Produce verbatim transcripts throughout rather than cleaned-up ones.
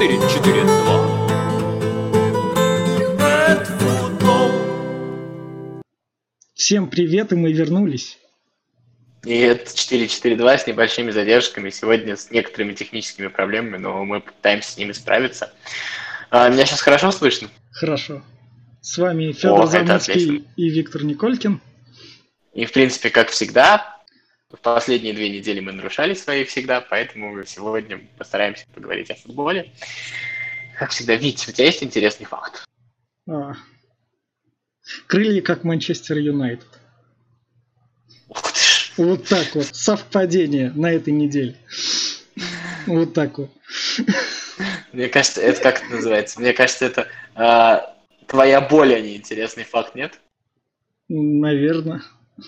четыре четыре два. Всем привет, и мы вернулись. И это четыре четыре два с небольшими задержками, сегодня с некоторыми техническими проблемами, но мы пытаемся с ними справиться. А, меня сейчас хорошо слышно? Хорошо. С вами Федор О, Замыцкий и Виктор Николькин. И, в принципе, как всегда, в последние две недели мы нарушали свои всегда, поэтому сегодня постараемся поговорить о футболе. Как всегда, Вить, у тебя есть интересный факт? А. Крылья как Манчестер Юнайтед. Вот так вот. Совпадение на этой неделе. Вот так вот. Мне кажется, это как это называется? Мне кажется, это э, твоя боль, а не интересный факт, нет? Наверное.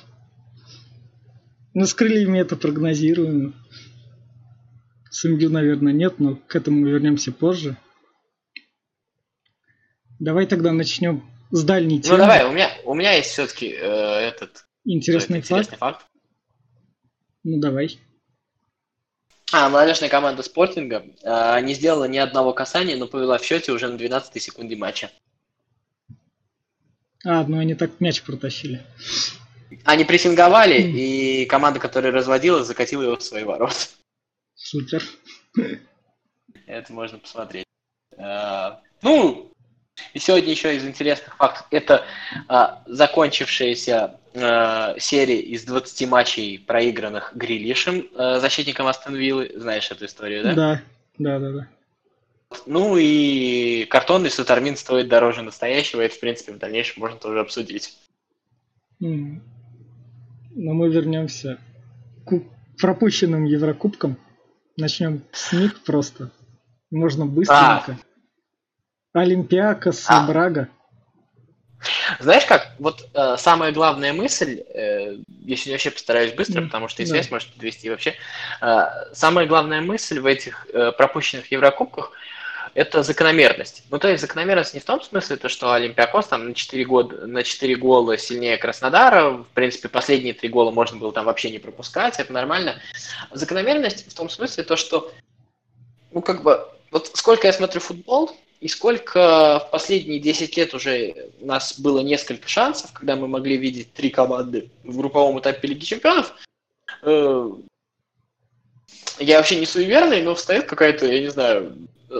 Ну, с крыльями это прогнозируемо. С МЮ, наверное, нет, но к этому мы вернемся позже. Давай тогда начнем с дальней темы. Ну давай, у меня, у меня есть все-таки э, этот интересный, факт. интересный факт. Ну давай. А, молодежная команда Спортинга э, не сделала ни одного касания, но повела в счете уже на двенадцатой секунде матча. А, ну они так мяч протащили. Они прессинговали, mm. и команда, которая разводила, закатила его в свои ворота. Супер. Это можно посмотреть. Э, ну, и сегодня еще из интересных фактов. Это э, закончившаяся э, серия из двадцати матчей, проигранных Грилишем, э, защитником Астон Виллы. Знаешь эту историю, да? Да, да, да, да. Ну и картонный Сутармин стоит дороже настоящего. Это, в принципе, в дальнейшем можно тоже обсудить. Mm. Но мы вернемся к пропущенным Еврокубкам. Начнем с них просто. Можно быстренько. А. Олимпиакос и а. Брага. Знаешь как, вот э, самая главная мысль, э, я сегодня вообще постараюсь быстро, потому что и связь да. может подвести вообще, э, самая главная мысль в этих э, пропущенных Еврокубках – это закономерность. Ну, то есть закономерность не в том смысле, то, что Олимпиакос там на четыре года, на четыре гола сильнее Краснодара, в принципе, последние три гола можно было там вообще не пропускать, это нормально. Закономерность в том смысле, то, что, ну, как бы, вот сколько я смотрю футбол, и сколько в последние десять лет уже у нас было несколько шансов, когда мы могли видеть три команды в групповом этапе Лиги Чемпионов. Я вообще не суеверный, но встает какая-то, я не знаю,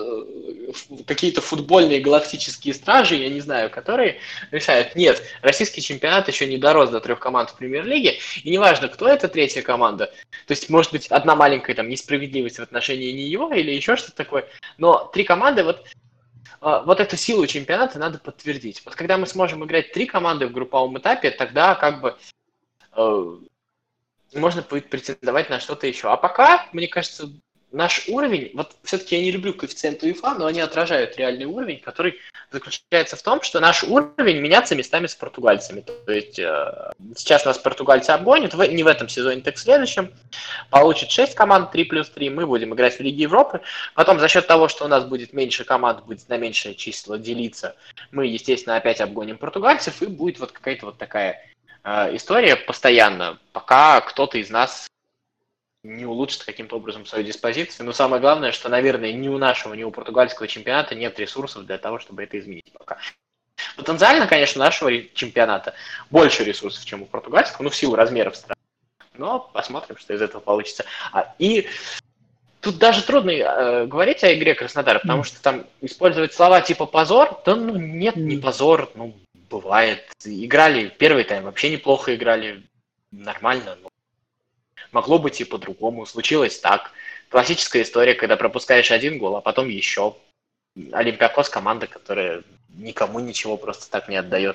какие-то футбольные галактические стражи, я не знаю, которые решают, нет, российский чемпионат еще не дорос до трех команд в премьер-лиге, и неважно, кто это третья команда, то есть, может быть, одна маленькая там несправедливость в отношении нее или еще что-то такое, но три команды, вот Вот эту силу чемпионата надо подтвердить. Вот когда мы сможем играть три команды в групповом этапе, тогда как бы э, можно будет претендовать на что-то еще. А пока, мне кажется, наш уровень, вот все-таки я не люблю коэффициент УЕФА, но они отражают реальный уровень, который заключается в том, что наш уровень меняется местами с португальцами. То есть э, сейчас нас португальцы обгонят, в, не в этом сезоне, так в следующем. Получит шесть команд, три плюс три, мы будем играть в Лиге Европы. Потом за счет того, что у нас будет меньше команд, будет на меньшее число делиться, мы, естественно, опять обгоним португальцев, и будет вот какая-то вот такая э, история постоянно, пока кто-то из нас не улучшит каким-то образом свою диспозицию. Но самое главное, что, наверное, ни у нашего, ни у португальского чемпионата нет ресурсов для того, чтобы это изменить пока. Потенциально, конечно, у нашего чемпионата больше ресурсов, чем у португальского, ну, в силу размеров страны. Но посмотрим, что из этого получится. А, и тут даже трудно э, говорить о игре Краснодара, потому что там использовать слова типа «позор», да ну нет, не позор, ну, бывает. Играли, первый тайм вообще неплохо играли, нормально, но могло быть и по-другому. Случилось так. Классическая история, когда пропускаешь один гол, а потом еще. Олимпиакос команда, которая никому ничего просто так не отдает.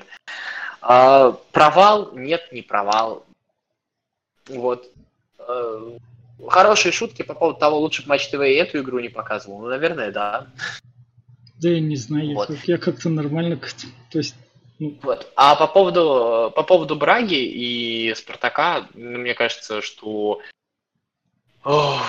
А, провал? Нет, не провал. Вот. А, хорошие шутки по поводу того, лучше бы Матч ТВ и эту игру не показывал. Ну, наверное, да. Да я не знаю, вот. я, я как-то нормально к этому. То есть... Вот. А по поводу, по поводу Браги и Спартака, мне кажется, что ох,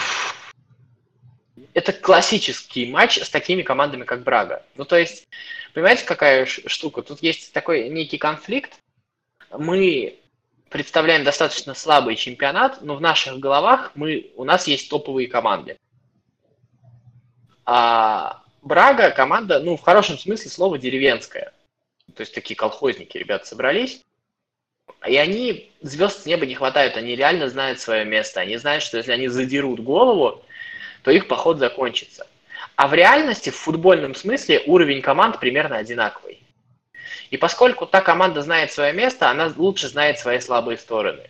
это классический матч с такими командами, как Брага. Ну, то есть, понимаете, какая штука? Тут есть такой некий конфликт. Мы представляем достаточно слабый чемпионат, но в наших головах мы, у нас есть топовые команды. А Брага команда, ну, в хорошем смысле слова, деревенская. То есть такие колхозники, ребята, собрались. И они, звезд с неба не хватает, они реально знают свое место. Они знают, что если они задерут голову, то их поход закончится. А в реальности, в футбольном смысле, уровень команд примерно одинаковый. И поскольку та команда знает свое место, она лучше знает свои слабые стороны.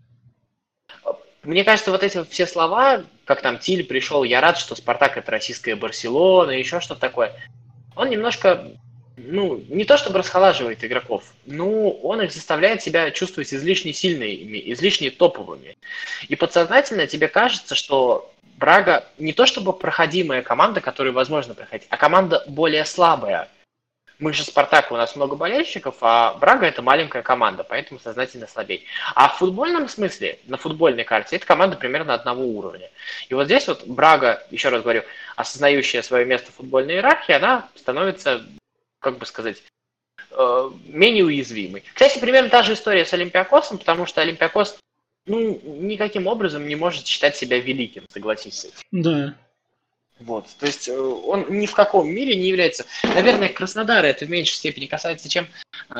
Мне кажется, вот эти все слова, как там Тиль пришел, я рад, что Спартак это российская Барселона, еще что-то такое, он немножко, ну, не то чтобы расхолаживает игроков, но он их заставляет себя чувствовать излишне сильными, излишне топовыми. И подсознательно тебе кажется, что Брага не то чтобы проходимая команда, которую возможно проходить, а команда более слабая. Мы же Спартак, у нас много болельщиков, а Брага это маленькая команда, поэтому сознательно слабее. А в футбольном смысле, на футбольной карте, это команда примерно одного уровня. И вот здесь вот Брага, еще раз говорю, осознающая свое место в футбольной иерархии, она становится, как бы сказать, менее уязвимой. Кстати, примерно та же история с Олимпиакосом, потому что Олимпиакос, ну, никаким образом не может считать себя великим, согласись с этим. Да. Вот, то есть он ни в каком мире не является... Наверное, Краснодара это в меньшей степени касается, чем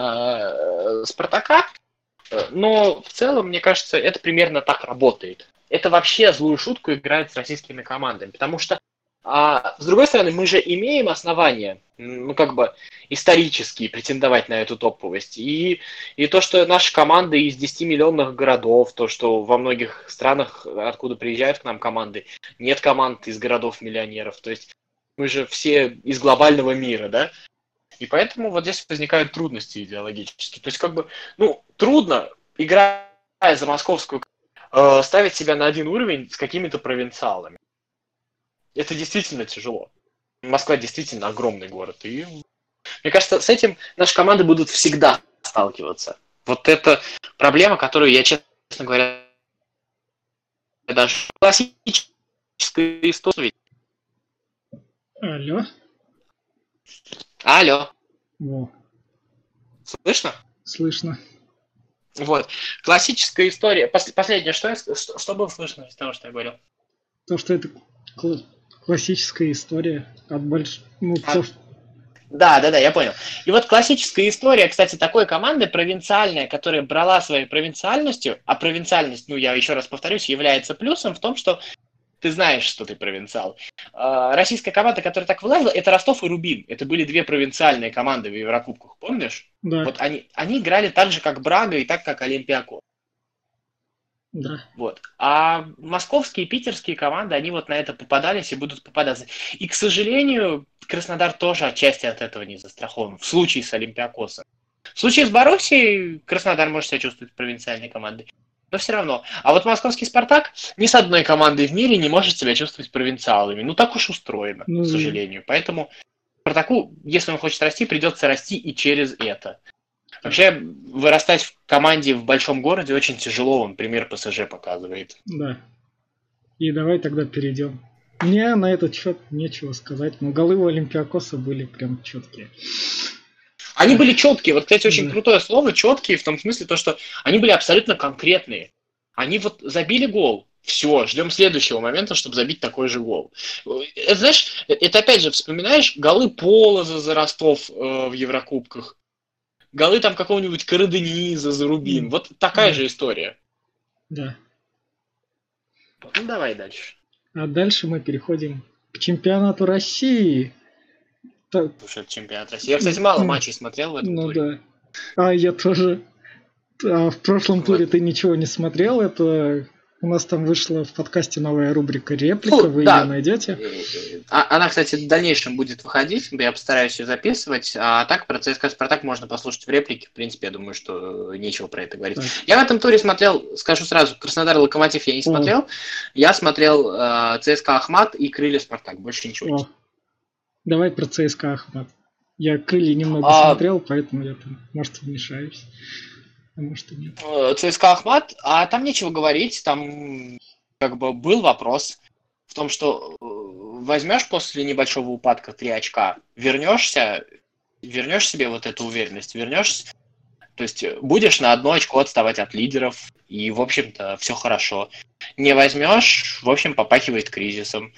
э, Спартака, но в целом, мне кажется, это примерно так работает. Это вообще злую шутку играет с российскими командами, потому что, а, с другой стороны, мы же имеем основания, ну, как бы, исторически претендовать на эту топовость. И, и то, что наши команды из десятимиллионных городов, то, что во многих странах, откуда приезжают к нам команды, нет команд из городов-миллионеров. То есть мы же все из глобального мира, да? И поэтому вот здесь возникают трудности идеологические. То есть, как бы, ну, трудно, играя за московскую, э, ставить себя на один уровень с какими-то провинциалами. Это действительно тяжело. Москва действительно огромный город. И мне кажется, с этим наши команды будут всегда сталкиваться. Вот это проблема, которую я, честно говоря, даже классическая история. Алло. Алло. Во. Слышно? Слышно. Вот. Классическая история. Пос- последнее, что, я, что, что было слышно из того, что я говорил? То, что это кл- классическая история от больш... Ну, А, то, что... Да, да, да, я понял. И вот классическая история, кстати, такой команды провинциальная, которая брала своей провинциальностью, а провинциальность, ну, я еще раз повторюсь, является плюсом в том, что ты знаешь, что ты провинциал. А, российская команда, которая так вылазила, это Ростов и Рубин. Это были две провинциальные команды в Еврокубках, помнишь? Да. Вот они, они играли так же, как Брага и так, как Олимпиакос. Да. Вот. А московские и питерские команды, они вот на это попадались и будут попадаться. И, к сожалению, Краснодар тоже отчасти от этого не застрахован. В случае с Олимпиакосом. В случае с Боруссией Краснодар может себя чувствовать провинциальной командой. Но все равно. А вот московский Спартак ни с одной командой в мире не может себя чувствовать провинциалами. Ну так уж устроено, Ну, к сожалению. Поэтому Спартаку, если он хочет расти, придется расти и через это. Вообще, вырастать в команде в большом городе очень тяжело, он пример ПСЖ показывает. Да. И давай тогда перейдем. Мне на этот счет нечего сказать, но голы у Олимпиакоса были прям четкие. Они были четкие. Вот, кстати, очень Да. крутое слово, четкие, в том смысле, то, что они были абсолютно конкретные. Они вот забили гол. Все, ждем следующего момента, чтобы забить такой же гол. Это, знаешь, это опять же, вспоминаешь голы Полоза за Ростов э, в Еврокубках, голы там какого-нибудь Карадениза за Рубин. Mm. Вот такая Mm. же история. Да. Ну, давай дальше. А дальше мы переходим к чемпионату России. Та- Слушай, это чемпионат России. Я, кстати, мало Mm. матчей смотрел в этом Ну туре. да. А я тоже. А в прошлом Вот. туре ты ничего не смотрел. Это у нас там вышла в подкасте новая рубрика «Реплика». Ну, Вы да. ее найдете. А- Она, кстати, в дальнейшем будет выходить, я постараюсь ее записывать, а так про ЦСКА Спартак можно послушать в реплике, в принципе, я думаю, что нечего про это говорить. Так. Я в этом туре смотрел, скажу сразу, Краснодар Локомотив я не смотрел, я смотрел э, ЦСКА Ахмат и Крылья Спартак, больше ничего не О, давай про ЦСКА Ахмат. Я крылья немного А- смотрел, поэтому я там, может, вмешаюсь. А может и нет. Э, ЦСКА Ахмат, а там нечего говорить, там как бы был вопрос в том, что э, возьмешь после небольшого упадка три очка, вернешься, вернешь себе вот эту уверенность, вернешь, то есть будешь на одно очко отставать от лидеров, и, в общем-то, все хорошо. Не возьмешь, в общем, попахивает кризисом.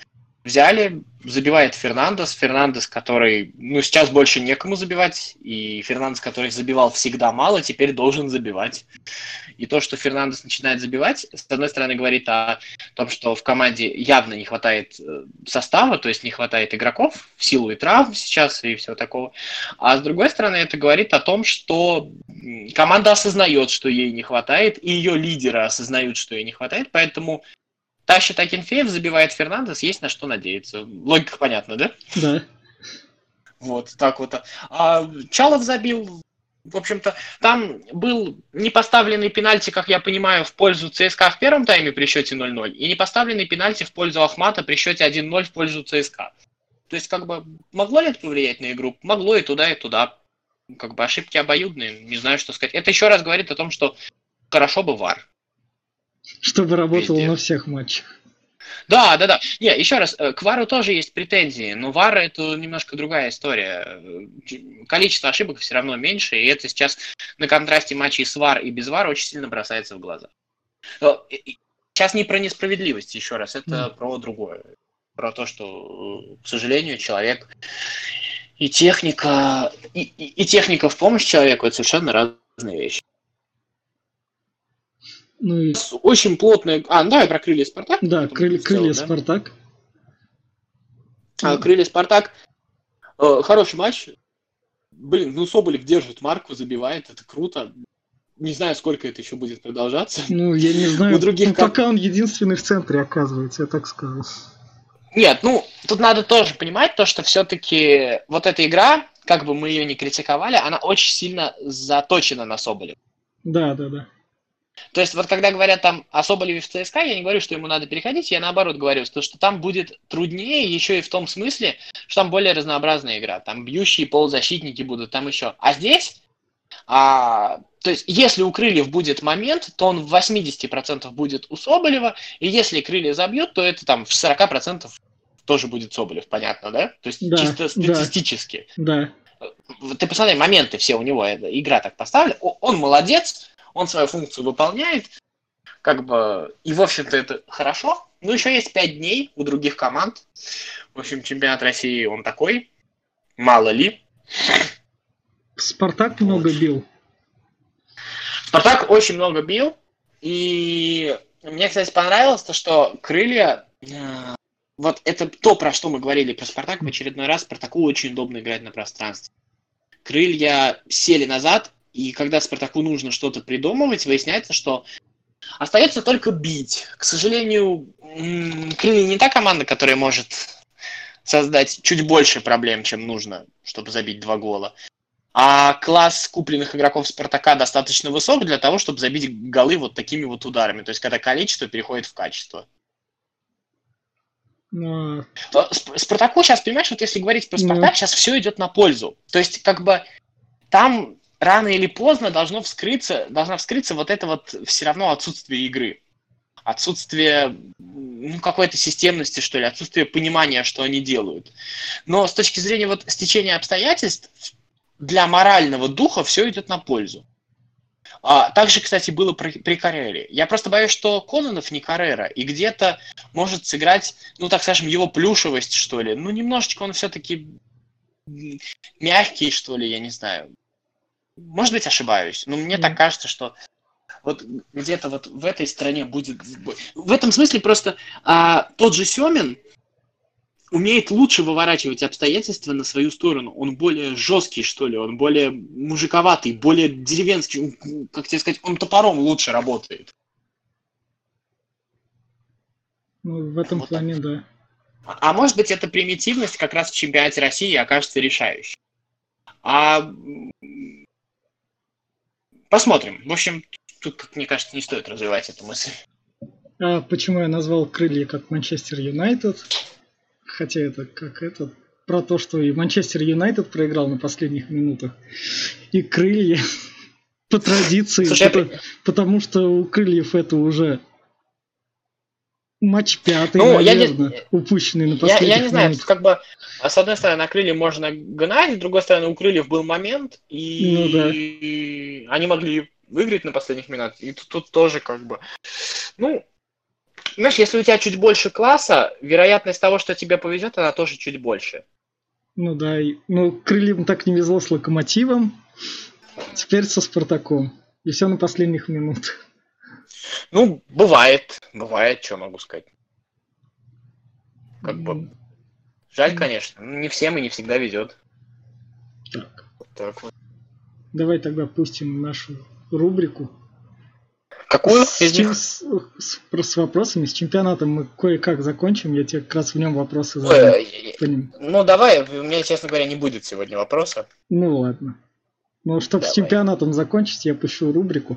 взяли, забивает Фернандес. Фернандес, который, ну, сейчас больше некому забивать, и Фернандес, который забивал всегда мало, теперь должен забивать. И то, что Фернандес начинает забивать, с одной стороны, говорит о том, что в команде явно не хватает состава, то есть не хватает игроков в силу и травм сейчас и всего такого. А с другой стороны, это говорит о том, что команда осознает, что ей не хватает, и ее лидеры осознают, что ей не хватает, поэтому тащит Акинфеев, забивает Фернандес, есть на что надеяться. Логика понятна, да? Да. Вот, так вот. А Чалов забил, в общем-то, там был не поставленный пенальти, как я понимаю, в пользу ЦСКА в первом тайме при счете ноль ноль, и не поставленный пенальти в пользу Ахмата при счете один ноль в пользу ЦСКА. То есть, как бы, могло ли это повлиять на игру? Могло и туда, и туда. Как бы ошибки обоюдные, не знаю, что сказать. Это еще раз говорит о том, что хорошо бы ВАР. Чтобы работал Везде. на всех матчах. Да, да, да. Не, еще раз, к ВАРу тоже есть претензии, но ВАР это немножко другая история. Количество ошибок все равно меньше, и это сейчас на контрасте матчей с ВАР и без ВАР очень сильно бросается в глаза. Сейчас не про несправедливость, еще раз, это mm. про другое. Про то, что, к сожалению, человек и техника, и, и, и техника в помощь человеку — это совершенно разные вещи. Ну и... Очень плотная... А, ну давай про крылья Спартак. Да, крылья, крылья да? Спартак. А, крылья Спартак. Э, хороший матч. Блин, ну Соболев держит марку, забивает, это круто. Не знаю, сколько это еще будет продолжаться. Ну, я не знаю. У других ну, как... Пока он единственный в центре, оказывается, я так скажу. Нет, ну, тут надо тоже понимать то, что все-таки вот эта игра, как бы мы ее ни критиковали, она очень сильно заточена на Соболева. Да, да, да. То есть вот когда говорят там о Соболеве в ЦСКА, я не говорю, что ему надо переходить, я наоборот говорю, что, что там будет труднее еще и в том смысле, что там более разнообразная игра. Там бьющие полузащитники будут, там еще. А здесь, а, то есть если у Крыльев будет момент, то он в восемьдесят процентов будет у Соболева, и если Крылья забьют, то это там в сорок процентов тоже будет Соболев, понятно, да? То есть да, чисто статистически. Да. Ты посмотри, моменты все у него, игра так поставлена, он молодец, он свою функцию выполняет, как бы, и, в общем-то, это хорошо. Но еще есть пять дней у других команд. В общем, чемпионат России, он такой. Мало ли. Спартак много вот. бил. Спартак очень много бил. И мне, кстати, понравилось то, что крылья... Вот это то, про что мы говорили про Спартак в очередной раз. Спартаку очень удобно играть на пространстве. Крылья сели назад, и когда Спартаку нужно что-то придумывать, выясняется, что остается только бить. К сожалению, Крылья не та команда, которая может создать чуть больше проблем, чем нужно, чтобы забить два гола. А класс купленных игроков Спартака достаточно высок для того, чтобы забить голы вот такими вот ударами. То есть, когда количество переходит в качество. Но... Спартаку сейчас, понимаешь, вот если говорить про Спартак, Но... сейчас все идет на пользу. То есть, как бы, там рано или поздно должно вскрыться, должна вскрыться вот это вот все равно отсутствие игры. Отсутствие ну, какой-то системности, что ли, отсутствие понимания, что они делают. Но с точки зрения вот стечения обстоятельств, для морального духа все идет на пользу. А, также, кстати, было при, при Каррере. Я просто боюсь, что Кононов не Каррера, и где-то может сыграть, ну, так скажем, его плюшевость, что ли. Ну, немножечко он все-таки мягкий, что ли, я не знаю. Может быть, ошибаюсь, но мне mm. так кажется, что вот где-то вот в этой стране будет... В этом смысле просто а, тот же Семин умеет лучше выворачивать обстоятельства на свою сторону. Он более жесткий, что ли, он более мужиковатый, более деревенский. Как тебе сказать, он топором лучше работает. Ну, в этом вот плане, так. да. А, а может быть, эта примитивность как раз в чемпионате России окажется решающей. А... Посмотрим. В общем, тут, как мне кажется, не стоит развивать эту мысль. А почему я назвал крылья как Манчестер Юнайтед? Хотя это как это про то, что и Манчестер Юнайтед проиграл на последних минутах, и крылья по традиции, Слушай, потому, я... потому что у крыльев это уже матч пятый, ну, наверное, я не... упущенный на последних я, я не знаю, минутах. как бы с одной стороны на крылья можно гнать, с другой стороны у крыльев был момент, и ну, да. они могли выиграть на последних минутах, и тут, тут тоже как бы, ну, Знаешь, если у тебя чуть больше класса, вероятность того, что тебе повезет, она тоже чуть больше. Ну да, и, ну, Крыльям так не везло с Локомотивом, теперь со Спартаком. И все на последних минутах. Ну, бывает, бывает, что могу сказать. Как бы, жаль, конечно, не всем и не всегда везет. Так. Вот так вот. Давай тогда пустим нашу рубрику. Какую С, из них? С, с, с вопросами, с чемпионатом мы кое-как закончим. Я тебе как раз в нем вопросы задам. Ой, ну, давай, у меня, честно говоря, не будет сегодня вопроса. Ну, ладно. Ну, чтобы с чемпионатом закончить, я пущу рубрику.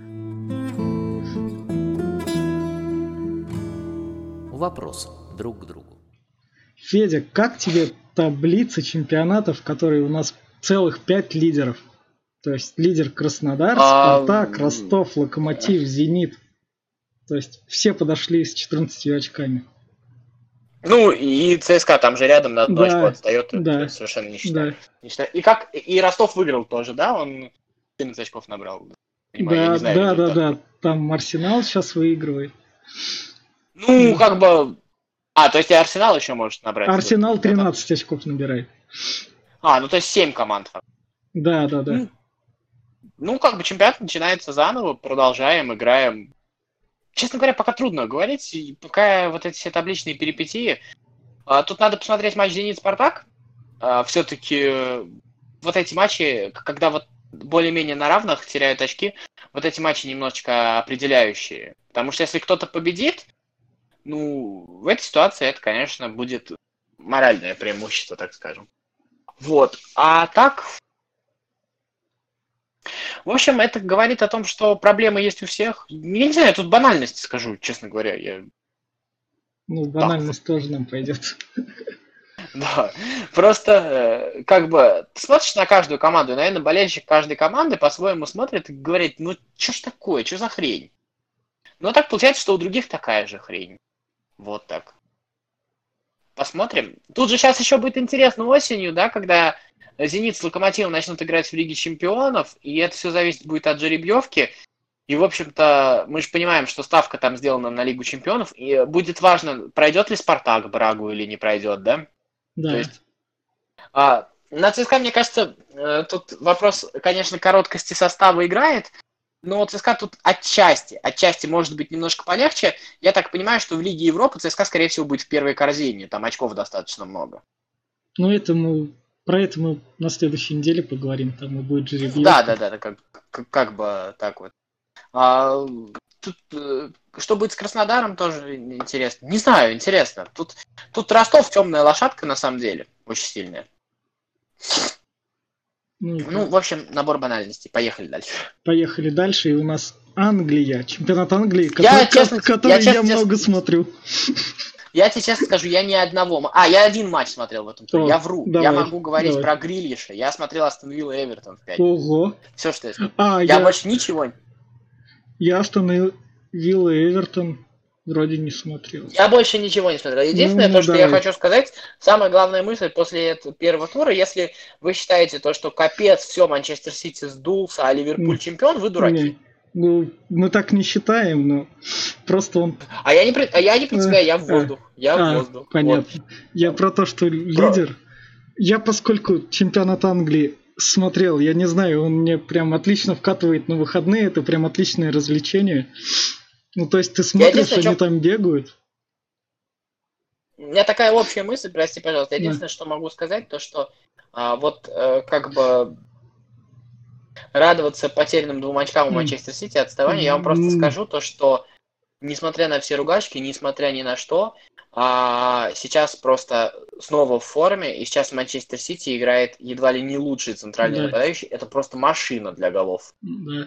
Вопрос друг к другу. Федя, как тебе таблица чемпионатов, в которой у нас целых пять лидеров? То есть лидер Краснодар, Спартак, а... Ростов, Локомотив, Зенит. То есть все подошли с четырнадцатью очками. Ну, и ЦСКА там же рядом на одно да, очко отстает. Да, совершенно не считаю. Да. не считаю. И как и Ростов выиграл тоже, да? Он четырнадцать очков набрал. Понимаю, да, знаю, да, да, да. Там Арсенал сейчас выигрывает. Ну, как бы... А, то есть и Арсенал еще может набрать. Арсенал тринадцать очков набирает. А, ну то есть семь команд. Да, да, да. Ну, ну, как бы чемпионат начинается заново, продолжаем, играем. Честно говоря, пока трудно говорить, пока вот эти все табличные перипетии. А, тут надо посмотреть матч «Зенит-Спартак». А, все-таки вот эти матчи, когда вот более-менее на равных теряют очки, вот эти матчи немножечко определяющие. Потому что если кто-то победит, ну, в этой ситуации это, конечно, будет моральное преимущество, так скажем. Вот. А так... В общем, это говорит о том, что проблемы есть у всех. Я не знаю, тут банальность скажу, честно говоря. Я... Ну, банальность так. Тоже нам пойдет. Да, просто как бы ты смотришь на каждую команду, и, наверное, болельщик каждой команды по-своему смотрит и говорит, ну, что ж такое, что за хрень? Но так получается, что у других такая же хрень. Вот так. Посмотрим. Тут же сейчас еще будет интересно осенью, да, когда «Зенит» с «Локомотивом» начнут играть в Лиге Чемпионов, и это все зависит будет от жеребьевки. И, в общем-то, мы же понимаем, что ставка там сделана на Лигу Чемпионов, и будет важно, пройдет ли «Спартак» Брагу или не пройдет, да? Да. То есть, а, на ЦСКА, мне кажется, тут вопрос, конечно, короткости состава играет, но ЦСКА тут отчасти, отчасти может быть немножко полегче. Я так понимаю, что в Лиге Европы ЦСКА, скорее всего, будет в первой корзине, там очков достаточно много. Ну, это мы... Про это мы на следующей неделе поговорим, там и будет жеребьевка. Да, да, да, как, как, как бы так вот. А, тут, что будет с Краснодаром, тоже интересно. Не знаю, интересно. Тут, тут Ростов темная лошадка, на самом деле, очень сильная. Ну, ну, в общем, набор банальностей. Поехали дальше. Поехали дальше, и у нас Англия, чемпионат Англии, я, который, честно, который я, я честно, много честно, смотрю. Я тебе честно скажу, я ни одного... А, я один матч смотрел в этом туре. Я вру. Давай, я могу говорить давай. про Грилиша. Я смотрел Астон Вилла и Эвертон в пять. Ого. Все, что я смотрел. А, я, я больше ничего... Я Астон Вилла и Эвертон вроде не смотрел. Я больше ничего не смотрел. Единственное, ну, то, что давай. я хочу сказать, самая главная мысль после этого первого тура, если вы считаете то, что капец, все, Манчестер Сити сдулся, а Ливерпуль mm. чемпион, вы дураки. Не. Ну, мы так не считаем, но просто он... А я не про, а я не про тебя, я в воздух. Я а, в воздух. Понятно. Вот. Я про то, что лидер... Я, поскольку чемпионат Англии смотрел, я не знаю, он мне прям отлично вкатывает на выходные, это прям отличное развлечение. Ну, то есть ты смотришь, они что... там бегают. У меня такая общая мысль, прости, пожалуйста. Единственное, да. что могу сказать, то что а, вот а, как бы радоваться потерянным двум очкам у Манчестер Сити отставанию, я вам просто скажу то, что несмотря на все ругачки, несмотря ни на что, а, сейчас просто снова в форме, и сейчас Манчестер Сити играет едва ли не лучший центральный да. нападающий. Это просто машина для голов. Да.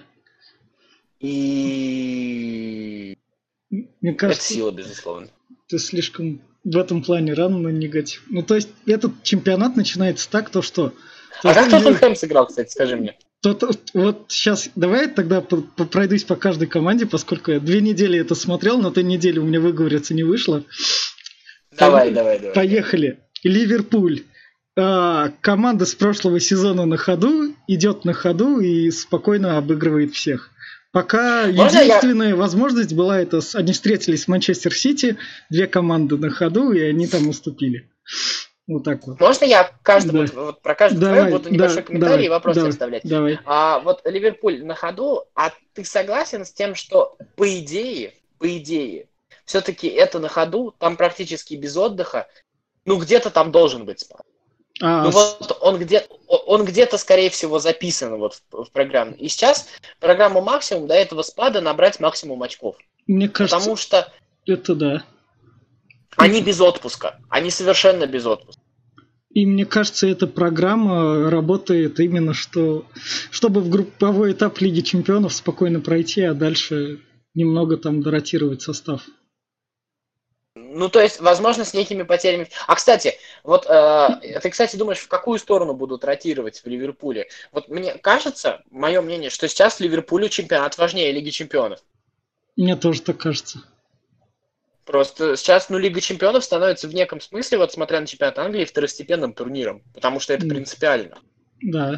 И мне кажется, это сила, безусловно. Ты слишком в этом плане рано на негатив. Ну, то есть, этот чемпионат начинается так, то что... То а как Тоттенхэм сыграл, кстати, скажи мне? То, то, вот сейчас, давай тогда по, по, пройдусь по каждой команде, поскольку я две недели это смотрел, на той неделе у меня выговориться не вышло. Давай, по, давай, давай. Поехали. Ливерпуль. А, команда с прошлого сезона на ходу, идет на ходу и спокойно обыгрывает всех. Пока Можно единственная я... возможность была, это с- они встретились с Манчестер Сити, две команды на ходу, и они там уступили. Вот так вот. Можно я каждый, Да. вот, вот про каждый Давай, твой буду да, небольшой комментарий давай, и вопросы давай, оставлять? давай. А вот Ливерпуль на ходу, а ты согласен с тем, что по идее, по идее, все-таки это на ходу, там практически без отдыха, ну где-то там должен быть спад. А, Ну с- вот он, где, он где-то, скорее всего, записан вот в, в программе. И сейчас программу максимум до этого спада набрать максимум очков. Мне кажется, Потому что это да. они без отпуска. Они совершенно без отпуска. И мне кажется, эта программа работает именно что, чтобы в групповой этап Лиги Чемпионов спокойно пройти, а дальше немного там доротировать состав. Ну, то есть, возможно, с некими потерями. А, кстати, вот э, ты, кстати, думаешь, в какую сторону будут ротировать в Ливерпуле? Вот мне кажется, мое мнение, что сейчас Ливерпулю чемпионат важнее Лиги Чемпионов. Мне тоже так кажется. Просто сейчас, ну, Лига Чемпионов становится в неком смысле, вот смотря на чемпионат Англии, второстепенным турниром, потому что это М. принципиально. Да.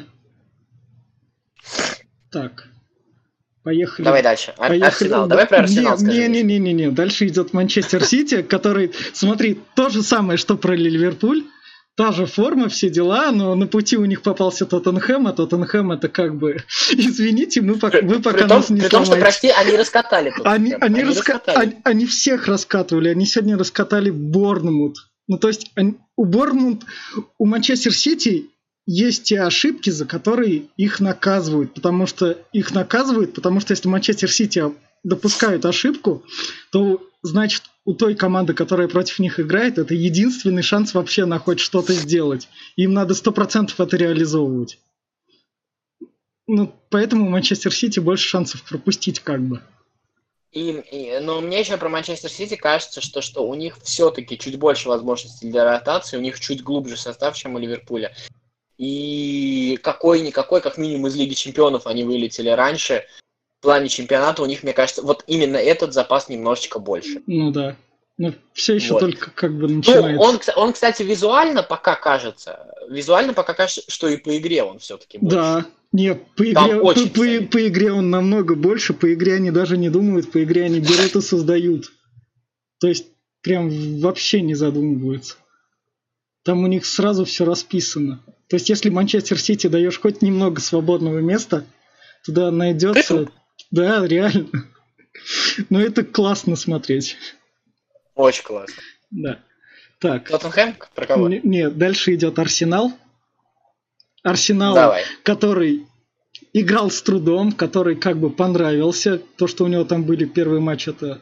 Так. Поехали. Давай дальше. Ар- Поехали. Арсенал. Давай про Арсенал скажи. Не, не, Миша. не, не, не. Дальше идет Манчестер Сити, который, смотри, то же самое, что про Ливерпуль. Та же форма, все дела, но на пути у них попался Тоттенхэм, а Тоттенхэм это как бы, извините, мы пока, При, вы пока при том, нас не при том, что, сломаете. прости, они раскатали тут. Они, Они, они, раска- раскатали. они, они всех раскатывали. Они сегодня раскатали Борнмут. Ну, то есть они- у Борнмут, у Манчестер Сити есть те ошибки, за которые их наказывают. Потому что их наказывают, потому что если Манчестер Сити допускают ошибку, то значит у той команды, которая против них играет, это единственный шанс вообще на хоть что-то сделать. Им надо сто процентов это реализовывать. Ну, поэтому у Манчестер Сити больше шансов пропустить как бы. И, и- но мне еще про Манчестер Сити кажется, что, что у них все-таки чуть больше возможностей для ротации, у них чуть глубже состав, чем у Ливерпуля. И какой-никакой, как минимум из Лиги Чемпионов они вылетели раньше. В плане чемпионата у них, мне кажется, вот именно этот запас немножечко больше. Ну да. Но все еще Вот. только как бы Ну, начинается. он, кста- он, кстати, визуально пока кажется, визуально пока кажется, что и по игре он все-таки больше. Да. Не, по Там игре, очень по, по- солидно. по игре он намного больше, по игре они даже не думают, по игре они берут и создают. То есть прям вообще не задумываются. Там у них сразу все расписано. То есть если Манчестер Сити даешь хоть немного свободного места, туда найдется... Ты тут. Да, реально. Но это классно смотреть. Очень классно. Да. Так. Тоттенхэм? Про кого? Не- Нет, дальше идет Арсенал. Арсенал, Давай. который играл с трудом, который как бы понравился. То, что у него там были первый матч, это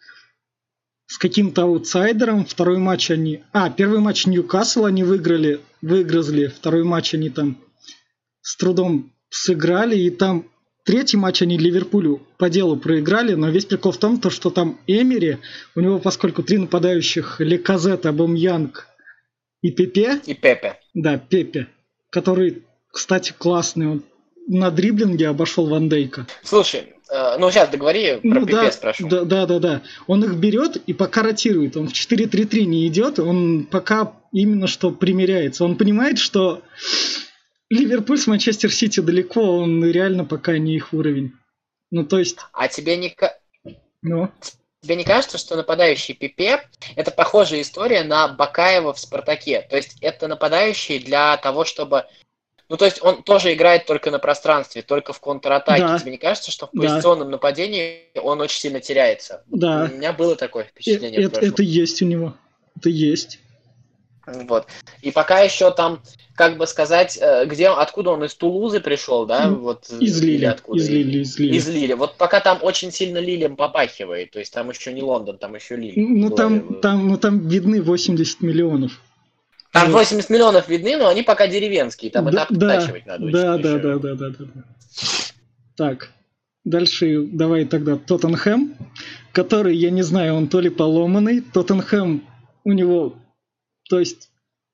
с каким-то аутсайдером. Второй матч они... А, первый матч Ньюкасл они выиграли, выиграли. Второй матч они там с трудом сыграли. И там третий матч они Ливерпулю по делу проиграли. Но весь прикол в том, то, что там Эмери, у него поскольку три нападающих Леказет, Абамьянг и Пепе, И Пепе. да, Пепе, который, кстати, классный. Он на дриблинге обошел Ван Дейка. Слушай, э, ну сейчас договори, про Ну, Пепе да, спрошу. да, да, да, да. Он их берет и пока ротирует. Он в четыре три три не идет, он пока именно что примеряется. Он понимает, что Ливерпуль с Манчестер Сити далеко, он реально пока не их уровень. Ну, то есть, А тебе не, ка- ну, тебе не кажется, что нападающий Пепе – это похожая история на Бакаева в «Спартаке»? То есть это нападающий для того, чтобы... Ну, то есть он тоже играет только на пространстве, только в контратаке. Да. Тебе не кажется, что в Да. позиционном нападении он очень сильно теряется? Да. У меня было такое э- впечатление. в это, прошлом. это есть у него. Это есть. Вот. И пока еще там, как бы сказать, э, где, он- откуда он из Тулузы пришел, да? М, Вот, Из или Лили. откуда? Из Лили, из Лили. Из Лили. Вот пока там очень сильно Лилем попахивает, то есть там еще не Лондон, там еще Лили. Ну, Было- там, там, ну, там видны восемьдесят миллионов. Там вот. восемьдесят миллионов видны, но они пока деревенские, там Да, этап да, оттачивать надо. да, очень да, еще. да, да, да, да, да. Так, дальше давай тогда Тоттенхэм, который, я не знаю, он то ли поломанный. Тоттенхэм у него, то есть,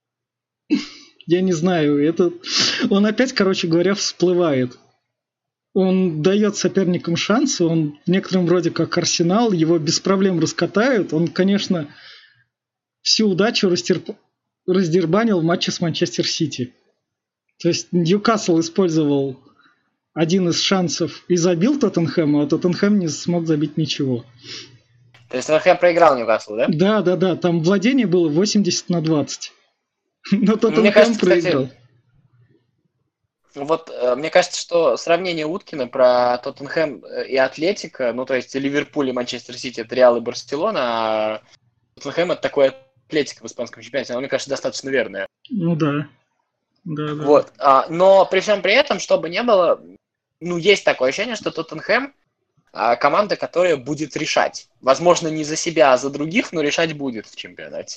я не знаю, это он опять, короче говоря, всплывает. Он дает соперникам шансы, он в некотором роде как Арсенал, его без проблем раскатают. Он, конечно, всю удачу растерп... раздербанил в матче с Манчестер Сити. То есть Ньюкасл использовал один из шансов и забил Тоттенхэму, а Тоттенхэм не смог забить ничего. То есть Тоттенхэм проиграл Ньюкаслу, да? Да, да, да. Там владение было восемьдесят на двадцать. Но Мне Тоттенхэм кажется, проиграл. кстати, вот э, мне кажется, что сравнение Уткина про Тоттенхэм и Атлетико, ну то есть Ливерпуль и Манчестер Сити, это Реал и Барселона, а Тоттенхэм это такой Атлетико в испанском чемпионате, оно, мне кажется, достаточно верное. Ну да. Да, да. Вот. А, но при всем при этом, что бы ни было, ну есть такое ощущение, что Тоттенхэм а, команда, которая будет решать. Возможно, не за себя, а за других, но решать будет в чемпионате.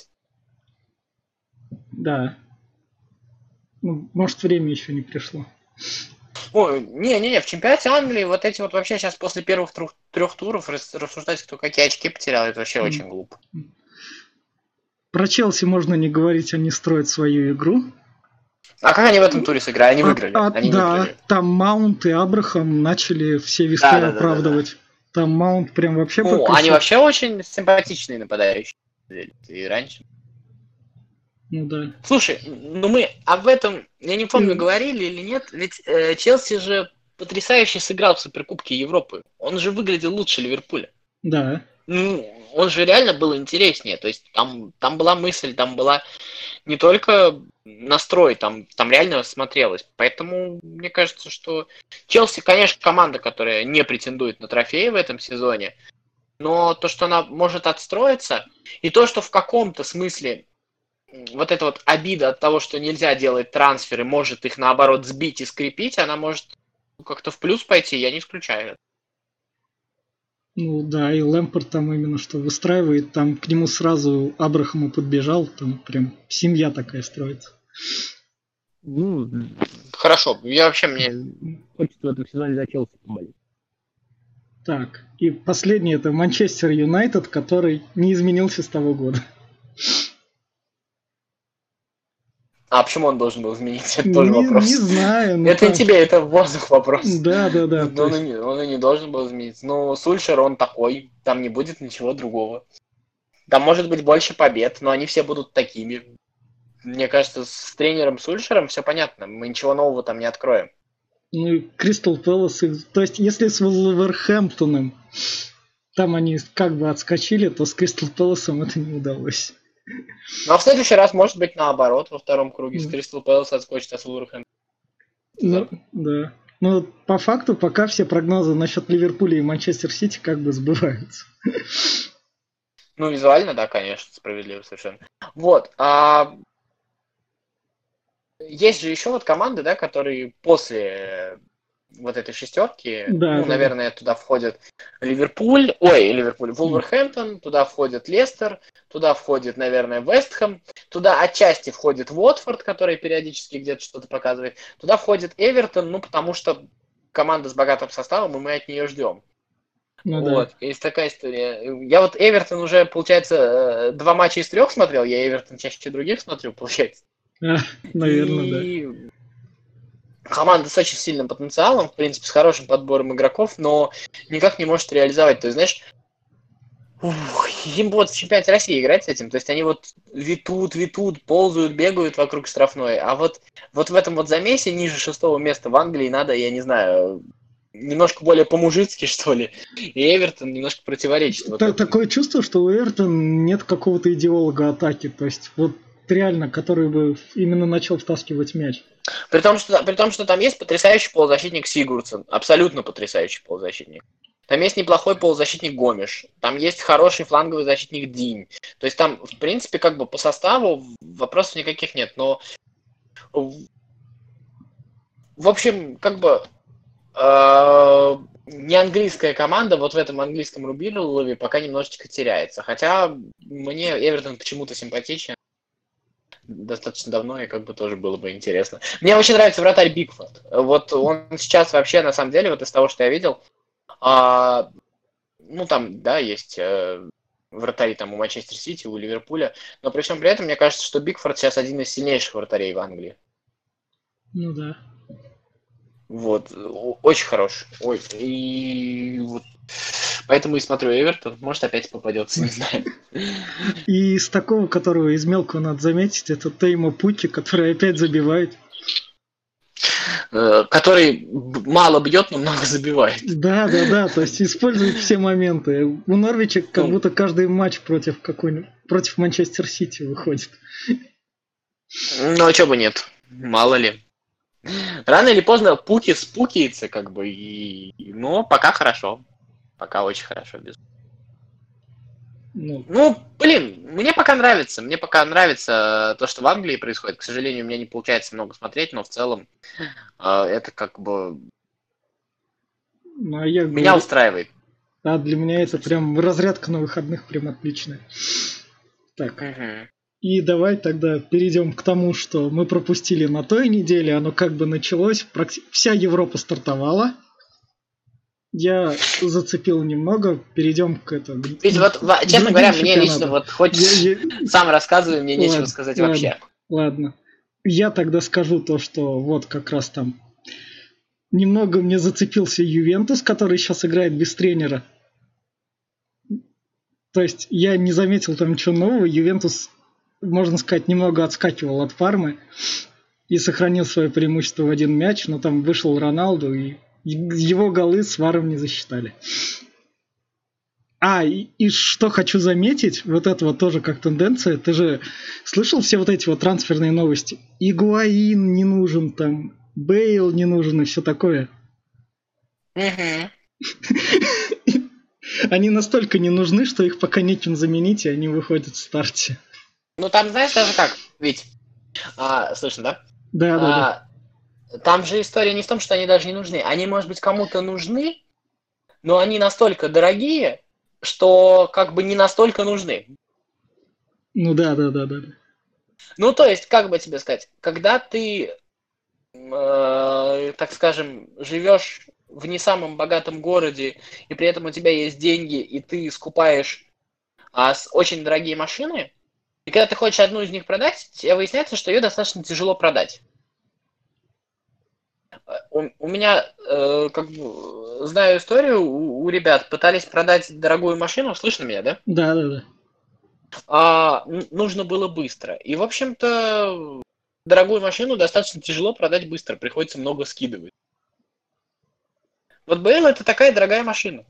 Да. Ну, может, время еще не пришло. Ой, не-не-не, в чемпионате Англии вот эти вот вообще сейчас после первых трех, трех туров рассуждать, кто какие очки потерял, это вообще mm. очень глупо. Про Челси можно не говорить, они строят свою игру. А как они в этом туре сыграли? Они а, выиграли. А, они да, выиграли. Там Маунт и Абрахам начали все виски да, да, оправдывать. Да, да, да. Там Маунт прям вообще... Ну, покрышил. Они вообще очень симпатичные нападающие. И раньше. Ну да. Слушай, ну мы об этом, я не помню, говорили или нет, ведь э, Челси же потрясающе сыграл в Суперкубке Европы. Он же выглядел лучше Ливерпуля. Да. Ну, он же реально был интереснее. То есть там, там была мысль, там была не только настрой, там, там реально смотрелось. Поэтому мне кажется, что Челси, конечно, команда, которая не претендует на трофеи в этом сезоне, но то, что она может отстроиться, и то, что в каком-то смысле вот эта вот обида от того, что нельзя делать трансферы, может их наоборот сбить и скрепить, она может как-то в плюс пойти, я не исключаю. Ну да, и Лэмпорт там именно что выстраивает, там к нему сразу Абрахаму подбежал, там прям семья такая строится. Ну, хорошо, я вообще мне хочется в этом сезоне за Челси поболеть. Так, и последний это Манчестер Юнайтед, который не изменился с того года. А почему он должен был измениться? Это тоже не, вопрос. Не знаю. Это так... не тебе, это воздух вопрос. Да, да, да. Он, есть... и не, он и не должен был измениться. Но Сульшер, он такой, там не будет ничего другого. Там может быть больше побед, но они все будут такими. Мне кажется, с тренером Сульшером все понятно. Мы ничего нового там не откроем. Ну и Кристал Пэлас. То есть, если с Вулверхэмптоном там они как бы отскочили, то с Кристал Пэласом это не удалось. Ну а в следующий раз может быть наоборот, во втором круге с Кристал Пэлас отскочит от Вулверхэмптона. Ну, да. Ну, по факту, пока все прогнозы насчет Ливерпуля и Манчестер Сити как бы сбываются. Ну, визуально, да, конечно, справедливо совершенно. Вот. А... Есть же еще вот команды, да, которые после вот этой шестерки, да, ну, да, наверное, да. туда входит Ливерпуль, ой, Ливерпуль, Вулверхэмптон, туда входит Лестер, туда входит, наверное, Вестхэм, туда отчасти входит Уотфорд, который периодически где-то что-то показывает, туда входит Эвертон, ну, потому что команда с богатым составом, и мы от нее ждем. Ну, вот, да. Есть такая история. Я вот Эвертон уже, получается, два матча из трех смотрел, я Эвертон чаще других смотрю, получается. А, наверное, и... да. Команда с очень сильным потенциалом, в принципе, с хорошим подбором игроков, но никак не может реализовать. То есть, знаешь, ух, им вот в чемпионате России играть с этим. То есть, они вот витут, витут, ползают, бегают вокруг штрафной. А вот, вот в этом вот замесе ниже шестого места в Англии надо, я не знаю, немножко более по-мужицки, что ли. И Эвертон немножко противоречит. Вот такое чувство, что у Эвертона нет какого-то идеолога атаки. То есть, вот реально, который бы именно начал втаскивать мяч. При том, что, при том, что там есть потрясающий полузащитник Сигурдсен, абсолютно потрясающий полузащитник. Там есть неплохой полузащитник Гомеш, там есть хороший фланговый защитник Динь. То есть там, в принципе, как бы по составу вопросов никаких нет. Но, в общем, как бы э, не английская команда вот в этом английском рубилове пока немножечко теряется. Хотя мне Эвертон почему-то симпатичен. Достаточно давно, и как бы тоже было бы интересно. Мне очень нравится вратарь Бигфорд. Вот он сейчас вообще, на самом деле, вот из того, что я видел, а, ну, там, да, есть а, вратари там у Манчестер Сити, у Ливерпуля, но при всем при этом, мне кажется, что Бигфорд сейчас один из сильнейших вратарей в Англии. Ну, да. Вот, очень хороший. Ой, и вот поэтому и смотрю Эвертон, может опять попадется, не знаю. И из такого, которого из мелкого надо заметить, это Теймо Путти, который опять забивает. который мало бьет, но много забивает. Да, да, да, то есть использует все моменты. У Норвича как будто каждый матч против какой-нибудь против Манчестер Сити выходит. Ну, а чего бы нет? Мало ли. Рано или поздно Пуки спукается, как бы, и... но пока хорошо. Пока очень хорошо. Без... Ну, ну, блин, мне пока нравится. Мне пока нравится то, что в Англии происходит. К сожалению, у меня не получается много смотреть, но в целом э, это как бы ну, а я меня говорю, устраивает. А для меня это прям разрядка на выходных прям отличная. Так. Угу. И давай тогда перейдем к тому, что мы пропустили на той неделе. Оно как бы началось. Практи... Вся Европа стартовала. Я зацепил немного. Перейдем к этому. Ведь вот, честно говоря, мне лично вот хоть я, я... сам рассказывай, мне ладно, нечего сказать ладно, вообще. Ладно. Я тогда скажу то, что вот как раз там немного мне зацепился Ювентус, который сейчас играет без тренера. То есть я не заметил там ничего нового. Ювентус, можно сказать, немного отскакивал от Пармы и сохранил свое преимущество в один мяч, но там вышел Роналду, и его голы с варом не засчитали. А, и, и что хочу заметить, вот это вот тоже как тенденция, ты же слышал все вот эти вот трансферные новости? Игуаин не нужен, там, Бейл не нужен и все такое. Они настолько не нужны, что их пока нечем заменить, и они выходят в старте. Ну там, знаешь, даже как, ведь, а, слышно, да? Да, да, а, да. Там же история не в том, что они даже не нужны. Они, может быть, кому-то нужны, но они настолько дорогие, что как бы не настолько нужны. Ну да, да, да, да. Ну, то есть, как бы тебе сказать, когда ты, э, так скажем, живешь в не самом богатом городе, и при этом у тебя есть деньги, и ты скупаешь а, с очень дорогие машины, и когда ты хочешь одну из них продать, тебе выясняется, что ее достаточно тяжело продать. У, у меня, э, как бы, знаю историю, у, у ребят пытались продать дорогую машину, слышно меня, да? Да, да, да. А, нужно было быстро. И, в общем-то, дорогую машину достаточно тяжело продать быстро, приходится много скидывать. Вот Бейл это такая дорогая машина.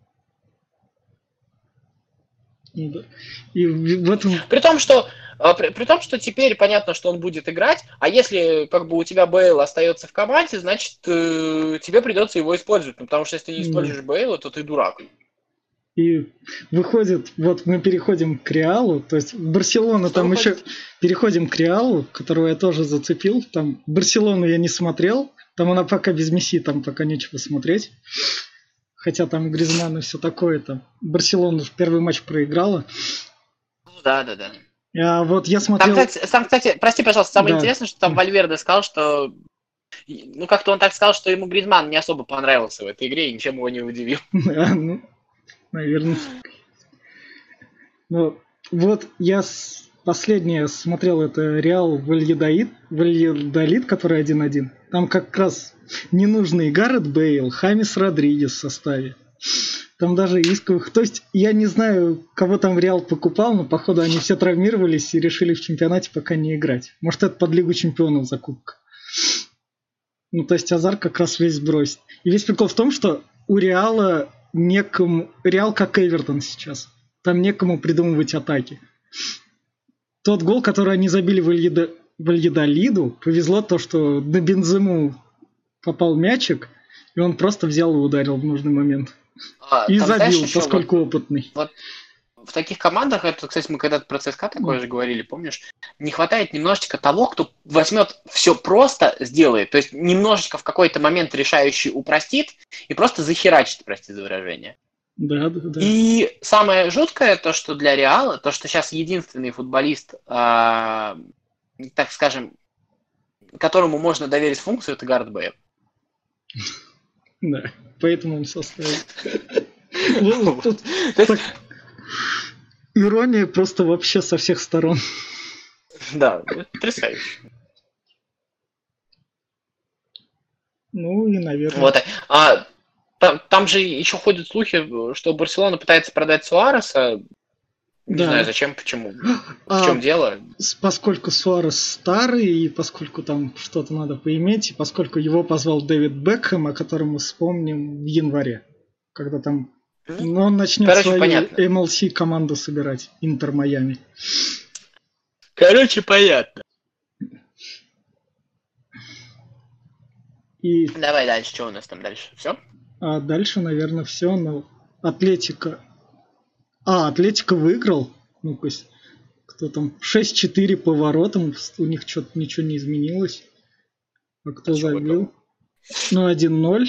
Да. И в этом... При том, что при, при том, что теперь понятно, что он будет играть, а если как бы у тебя Бейл остается в команде, значит э, тебе придется его использовать, потому что если ты не используешь да. Бейла, то ты дурак. И выходит, вот мы переходим к Реалу, то есть Барселона там выходит? Еще переходим к Реалу, которого я тоже зацепил. Там Барселону я не смотрел, там она пока без Месси, там пока нечего смотреть. Хотя там Гризманн и все такое там. Барселона в первый матч проиграла. Да, да, да. А вот я смотрел... Там, кстати, там, кстати, прости, пожалуйста, самое да. интересное, что там Вальверде сказал, что... Ну, как-то он так сказал, что ему Гризманн не особо понравился в этой игре и ничем его не удивил. Да, ну, наверное. Ну, вот я с... последнее смотрел, это Реал Вальядолид, Вальядолид, который один-один. Там как раз ненужный Гаррет Бейл, Хамис Родригес в составе. Там даже исковых... То есть я не знаю, кого там в Реал покупал, но походу они все травмировались и решили в чемпионате пока не играть. Может, это под Лигу чемпионов закупка. Ну, то есть Азар как раз весь бросит. И весь прикол в том, что у Реала некому... Реал как Эвертон сейчас. Там некому придумывать атаки. Тот гол, который они забили Вальеда... Вальядолиду, повезло то, что на Бензему попал мячик, и он просто взял и ударил в нужный момент. А, и там, забил, знаешь, поскольку вот, опытный. Вот в таких командах, это, кстати, мы когда-то про ЦСКА такое mm. же говорили, помнишь, не хватает немножечко того, кто возьмет все просто, сделает, то есть немножечко в какой-то момент решающий упростит и просто захерачит, прости за выражение. Да, да, да. И самое жуткое, то, что для Реала, то, что сейчас единственный футболист, э, так скажем, которому можно доверить функцию, это Гаррет Бейл. Да, поэтому он составит. Ирония просто вообще со всех сторон. Да, потрясающе. Ну и, наверное... Вот. А, там, там же еще ходят слухи, что Барселона пытается продать Суареса. Не Да. знаю, зачем, почему. В А чем дело? с- поскольку Суарес старый, и поскольку там что-то надо поиметь, и поскольку его позвал Дэвид Бекхэм, о котором мы вспомним в январе, когда там Ну, ну, он начнет короче, свою понятно. эм эл си команду собирать, Интер Майами. Короче, понятно. И Давай дальше, что у нас там дальше? Все? а дальше, наверное, все. Но Атлетика. А, Атлетика выиграл. Ну, то есть, кто там? шесть четыре по воротам. У них что-то ничего не изменилось. А кто А чё забил? выиграл? Ну, один ноль.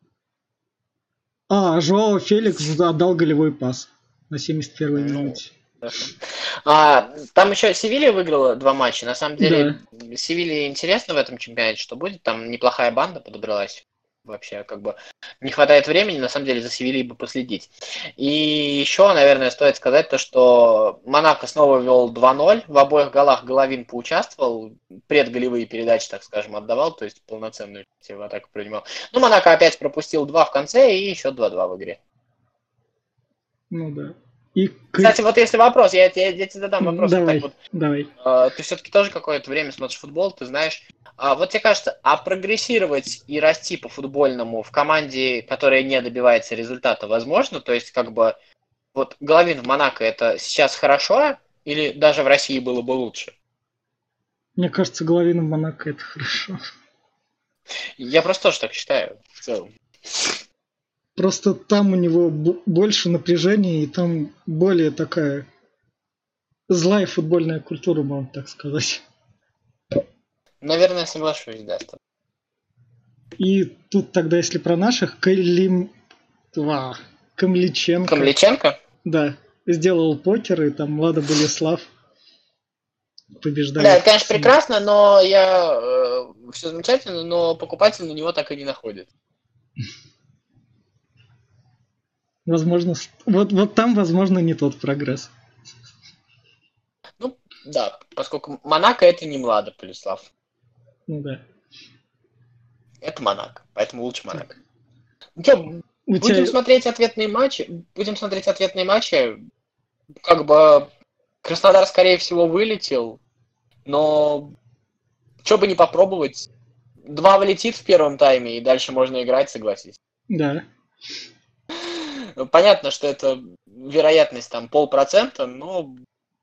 А, Жоао Феликс отдал голевой пас на семьдесят первой Ну, минуте. хорошо. А, там еще Севилья выиграла два матча. На самом деле, Да. Севилье интересно в этом чемпионате, что будет. Там неплохая банда подобралась. Вообще, как бы не хватает времени, на самом деле, за Севильей бы последить. И еще, наверное, стоит сказать то, что Монако снова вел два ноль. В обоих голах Головин поучаствовал. Предголевые передачи, так скажем, отдавал. То есть полноценную в атаку принимал. Ну, Монако опять пропустил два в конце и еще два-два в игре. Ну да. И к- Кстати, вот если вопрос, я, я, я тебе задам вопрос. вот Давай, так вот. давай. Э, ты все-таки тоже какое-то время смотришь футбол, ты знаешь. А вот тебе кажется, а прогрессировать и расти по футбольному в команде, которая не добивается результата, возможно? То есть, как бы, вот Головин в Монако это сейчас хорошо или даже в России было бы лучше? Мне кажется, Головин в Монако это хорошо. Я просто тоже так считаю в целом. Просто там у него б- больше напряжения, и там более такая злая футбольная культура, можно так сказать. Наверное, соглашусь, да. с тобой. И тут тогда, если про наших, Калим... Ва, Камличенко. Камличенко? Да, сделал покер, и там Лада Болеслав побеждает. Да, это, конечно, прекрасно, но я э, все замечательно, но покупатель на него так и не находит. Возможно, с- вот, вот там, возможно, не тот прогресс. Ну, да, поскольку Монако это не Млада Полислав. Ну да. Это Монако, поэтому лучше Монако. Ну чё, У будем тебя... смотреть ответные матчи. Будем смотреть ответные матчи. Как бы Краснодар, скорее всего, вылетел, но что бы не попробовать. Два влетит в первом тайме, и дальше можно играть, согласись. Да. Понятно, что это вероятность там полпроцента, но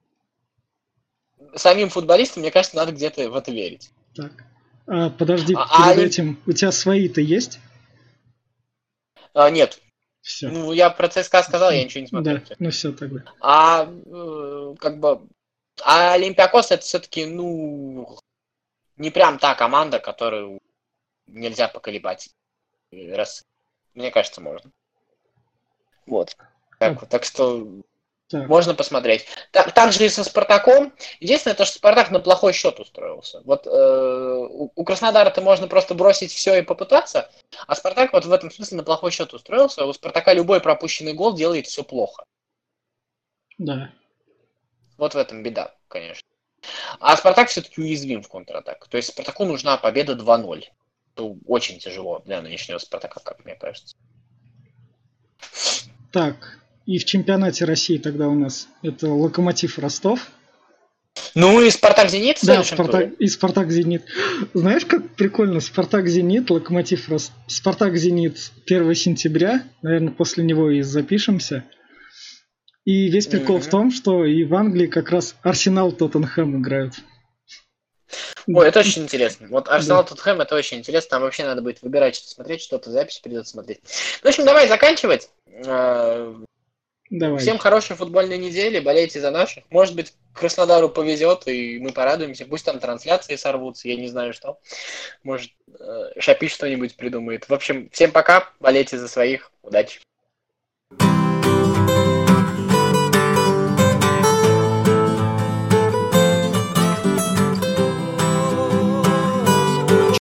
самим футболистам, мне кажется, надо где-то в это верить. Так. А, подожди, А- перед а- этим, у тебя свои-то есть? А, нет, Все. ну я про ЦСКА сказал, я ничего не смотрел. Да, ну все тогда. А э, как бы, а Олимпиакос это все-таки, ну, не прям та команда, которую нельзя поколебать. Раз, мне кажется, можно. Вот. Так, вот, так что Так. можно посмотреть. Так, так же и со Спартаком. Единственное, то, что Спартак на плохой счет устроился. Вот э, у, у Краснодара-то можно просто бросить все и попытаться, а Спартак вот в этом смысле на плохой счет устроился. У Спартака любой пропущенный гол делает все плохо. Да. Вот в этом беда, конечно. А Спартак все-таки уязвим в контратаках. То есть Спартаку нужна победа два ноль. Это очень тяжело для нынешнего Спартака, как мне кажется. Так. И в чемпионате России тогда у нас это Локомотив Ростов. Ну и Спартак-Зенит в Да, следующем Спартак туре. и Спартак Зенит. Знаешь, как прикольно? Спартак Зенит, Локомотив Ростов. Спартак Зенит первого сентября. Наверное, после него и запишемся. И весь прикол Мгм. в том, что и в Англии как раз Арсенал Тоттенхэм играют. Ой, это очень интересно. Вот Арсенал Тоттенхэм, это очень интересно. Там вообще надо будет выбирать, что смотреть, что-то запись придется смотреть. В общем, давай заканчивать. Э, Давай. Всем хорошей футбольной недели, болейте за наших. Может быть, Краснодару повезет, и мы порадуемся. Пусть там трансляции сорвутся, я не знаю что. Может, э, Шапи что-нибудь придумает. В общем, всем пока, болейте за своих. Удачи.